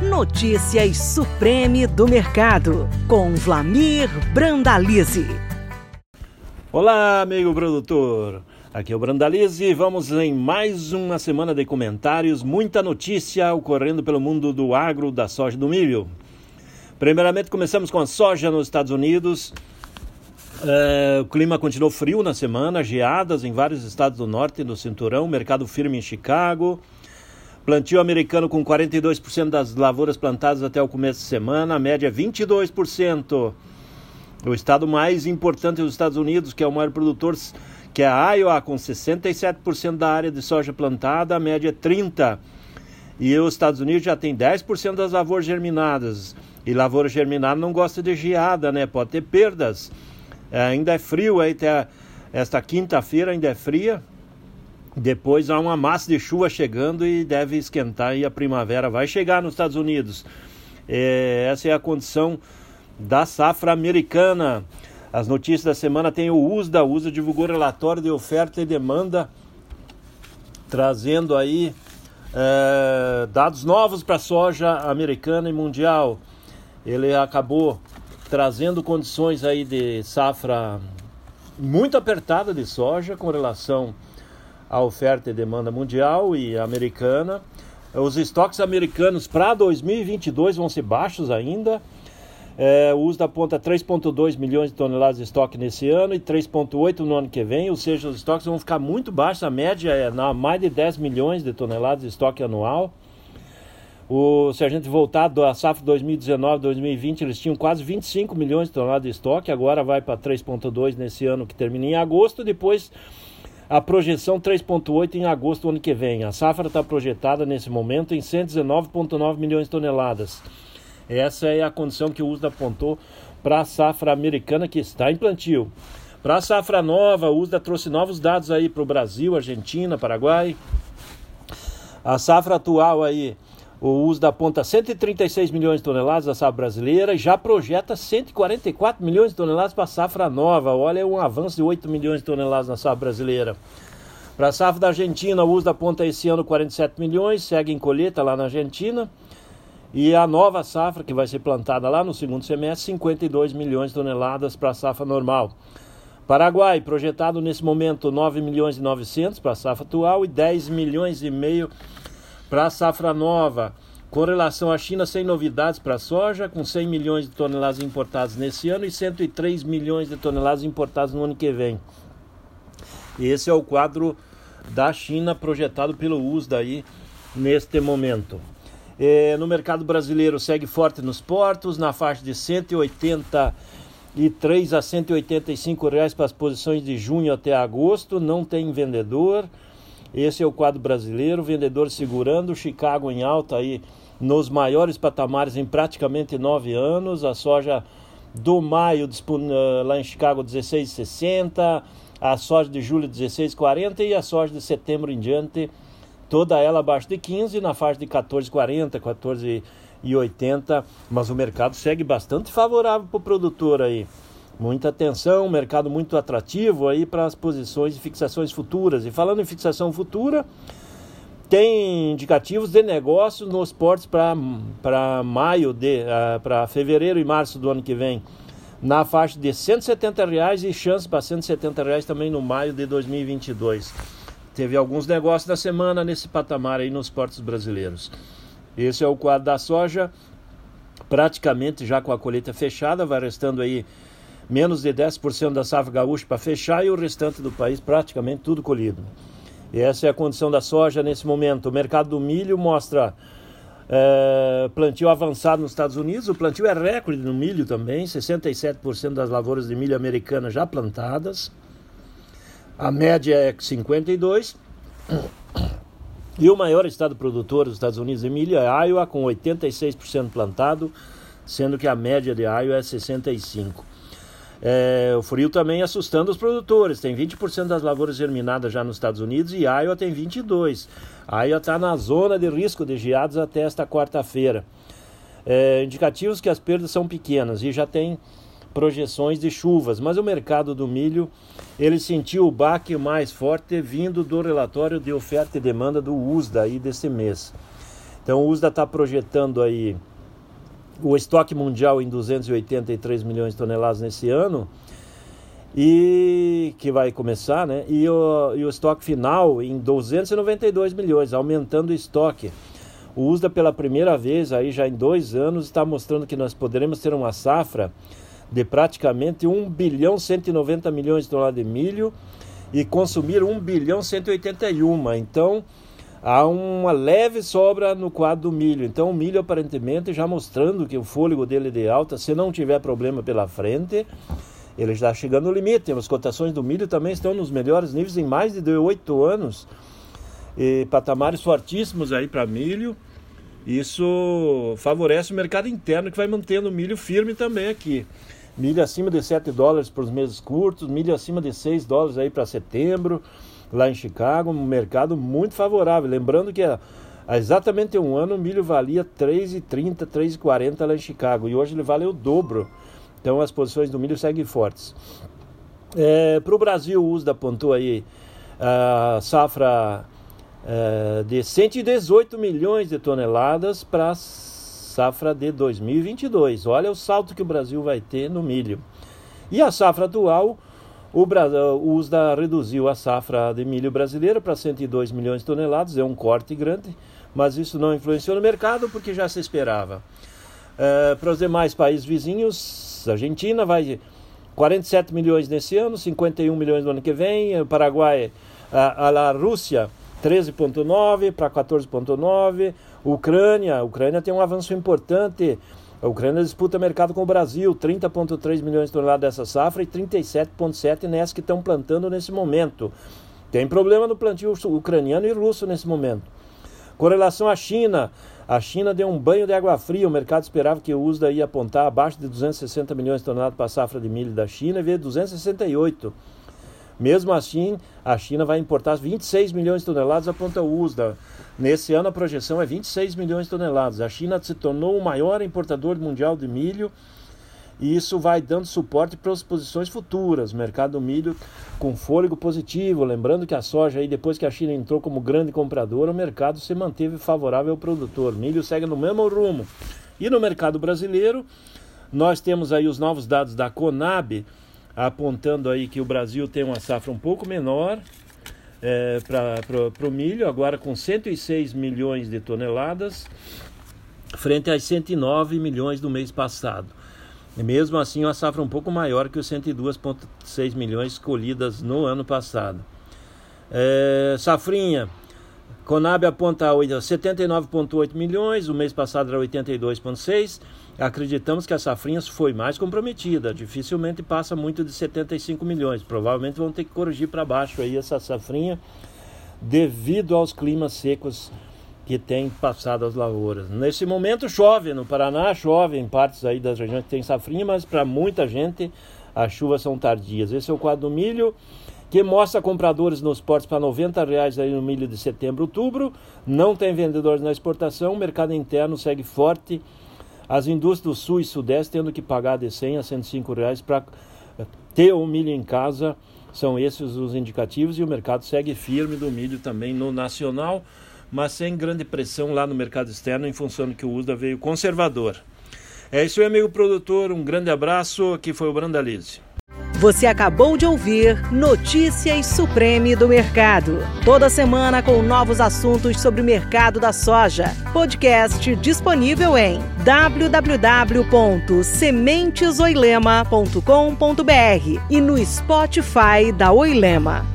Notícias Supreme do Mercado, com Vlamir Brandalize. Olá, amigo produtor. Aqui é o Brandalize e vamos em mais uma semana de comentários, muita notícia ocorrendo pelo mundo do agro, da soja e do milho. Primeiramente, começamos com a soja nos Estados Unidos. O clima continuou frio na semana, geadas em vários estados do norte e do cinturão, mercado firme em Chicago. Plantio americano com 42% das lavouras plantadas até o começo de semana, a média é 22%. O estado mais importante dos Estados Unidos, que é o maior produtor, que é a Iowa, com 67% da área de soja plantada, a média é 30%. E os Estados Unidos já tem 10% das lavouras germinadas. E lavoura germinada não gosta de geada, né? Pode ter perdas. Ainda é frio, aí até esta quinta-feira ainda é fria. Depois há uma massa de chuva chegando e deve esquentar e a primavera vai chegar nos Estados Unidos. Essa é a condição da safra americana. As notícias da semana tem o USDA. O USDA divulgou relatório de oferta e demanda, trazendo aí dados novos para a soja americana e mundial. Ele acabou trazendo condições aí de safra muito apertada de soja com relação à oferta e demanda mundial e americana. Os estoques americanos para 2022 vão ser baixos ainda. O USDA aponta 3,2 milhões de toneladas de estoque nesse ano e 3,8 no ano que vem, ou seja, os estoques vão ficar muito baixos. A média é mais de 10 milhões de toneladas de estoque anual. Se a gente voltar da safra 2019-2020, eles tinham quase 25 milhões de toneladas de estoque, agora vai para 3,2 nesse ano que termina em agosto, depois a projeção 3,8 em agosto do ano que vem. A safra está projetada nesse momento em 119,9 milhões de toneladas. Essa é a condição que o USDA apontou para a safra americana que está em plantio. Para a safra nova, o USDA trouxe novos dados aí para o Brasil, Argentina, Paraguai. A safra atual aí, o USDA aponta 136 milhões de toneladas da safra brasileira e já projeta 144 milhões de toneladas para a safra nova. Olha, um avanço de 8 milhões de toneladas na safra brasileira. Para a safra da Argentina, o USDA aponta esse ano 47 milhões, segue em colheita lá na Argentina. E a nova safra, que vai ser plantada lá no segundo semestre, 52 milhões de toneladas para a safra normal. Paraguai, projetado nesse momento 9 milhões e 900 para a safra atual e 10 milhões e meio para a safra nova. Com relação à China, sem novidades para a soja, com 100 milhões de toneladas importadas nesse ano e 103 milhões de toneladas importadas no ano que vem. Esse é o quadro da China projetado pelo USDA aí neste momento. No mercado brasileiro segue forte nos portos, na faixa de R$ 183 a R$ 185 para as posições de junho até agosto, não tem vendedor. Esse é o quadro brasileiro, vendedor segurando, Chicago em alta aí nos maiores patamares em praticamente 9 anos. A soja do maio lá em Chicago 16,60, a soja de julho 16,40 e a soja de setembro em diante, toda ela abaixo de 15, na faixa de 14,40, 14,80, mas o mercado segue bastante favorável para o produtor aí. Muita atenção, mercado muito atrativo aí para as posições de fixações futuras. E falando em fixação futura, tem indicativos de negócios nos portos para para fevereiro e março do ano que vem, na faixa de R$ 170 e chance para R$ 170 também no maio de 2022. Teve alguns negócios da semana nesse patamar aí nos portos brasileiros. Esse é o quadro da soja, praticamente já com a colheita fechada, vai restando aí menos de 10% da safra gaúcha para fechar e o restante do país praticamente tudo colhido. E essa é a condição da soja nesse momento. O mercado do milho mostra plantio avançado nos Estados Unidos. O plantio é recorde no milho também, 67% das lavouras de milho americanas já plantadas. A média é 52%. E o maior estado produtor dos Estados Unidos de milho é Iowa, com 86% plantado, sendo que a média de Iowa é 65%. O frio também assustando os produtores. Tem 20% das lavouras germinadas já nos Estados Unidos e Iowa tem 22%. Iowa está na zona de risco de geados até esta quarta-feira. Indicativos que as perdas são pequenas e já tem projeções de chuvas, mas o mercado do milho ele sentiu o baque mais forte vindo do relatório de oferta e demanda do USDA aí desse mês. Então o USDA está projetando aí o estoque mundial em 283 milhões de toneladas nesse ano, e que vai começar, né? E o estoque final em 292 milhões, aumentando o estoque. O USDA pela primeira vez, aí já em 2 anos, está mostrando que nós poderemos ter uma safra de praticamente 1 bilhão 190 milhões de toneladas de milho e consumir 1 bilhão 181. Então, há uma leve sobra no quadro do milho. Então, o milho aparentemente já mostrando que o fôlego dele é de alta, se não tiver problema pela frente, ele está chegando no limite. As cotações do milho também estão nos melhores níveis em mais de 8 anos. E patamares fortíssimos aí para milho. Isso favorece o mercado interno, que vai mantendo o milho firme também aqui. Milho acima de $7 para os meses curtos, milho acima de $6 aí para setembro, lá em Chicago, um mercado muito favorável. Lembrando que há exatamente 1 ano o milho valia R$3,30, R$3,40 lá em Chicago, e hoje ele vale o dobro. Então as posições do milho seguem fortes. Para o Brasil, o USDA apontou aí a safra de 118 milhões de toneladas para a safra de 2022. Olha o salto que o Brasil vai ter no milho. E a safra atual, o USDA reduziu a safra de milho brasileira para 102 milhões de toneladas, é um corte grande, mas isso não influenciou no mercado porque já se esperava. Para os demais países vizinhos, a Argentina vai 47 milhões nesse ano, 51 milhões no ano que vem, o Paraguai, a Rússia 13,9 para 14,9, Ucrânia tem um avanço importante. A Ucrânia disputa mercado com o Brasil, 30,3 milhões de toneladas dessa safra e 37,7 nessas que estão plantando nesse momento. Tem problema no plantio ucraniano e russo nesse momento. Com relação à China, a China deu um banho de água fria. O mercado esperava que o USDA ia apontar abaixo de 260 milhões de toneladas para a safra de milho da China e veio 268. Mesmo assim, a China vai importar 26 milhões de toneladas, aponta o USDA. Nesse ano a projeção é 26 milhões de toneladas. A China se tornou o maior importador mundial de milho e isso vai dando suporte para as posições futuras. O mercado do milho com fôlego positivo. Lembrando que a soja, aí, depois que a China entrou como grande compradora, o mercado se manteve favorável ao produtor. O milho segue no mesmo rumo. E no mercado brasileiro, nós temos aí os novos dados da Conab, apontando aí que o Brasil tem uma safra um pouco menor para o milho, agora com 106 milhões de toneladas, frente às 109 milhões do mês passado. E mesmo assim, uma safra um pouco maior que os 102,6 milhões colhidas no ano passado. Safrinha, Conab aponta 79,8 milhões, o mês passado era 82,6. Acreditamos que a safrinha foi mais comprometida, dificilmente passa muito de 75 milhões. Provavelmente vão ter que corrigir para baixo aí essa safrinha devido aos climas secos que tem passado as lavouras. Nesse momento chove no Paraná, chove em partes aí das regiões que tem safrinha, mas para muita gente as chuvas são tardias. Esse é o quadro do milho, que mostra compradores nos portos para R$90 aí no milho de setembro, outubro. Não tem vendedores na exportação, o mercado interno segue forte. As indústrias do sul e sudeste tendo que pagar de R$100 a R$105 para ter o milho em casa. São esses os indicativos e o mercado segue firme do milho também no nacional, mas sem grande pressão lá no mercado externo, em função do que o USDA veio conservador. É isso aí, amigo produtor, um grande abraço, aqui foi o Brandalize. Você acabou de ouvir Notícias Supreme do Mercado. Toda semana com novos assuntos sobre o mercado da soja. Podcast disponível em www.sementesoilema.com.br e no Spotify da Oilema.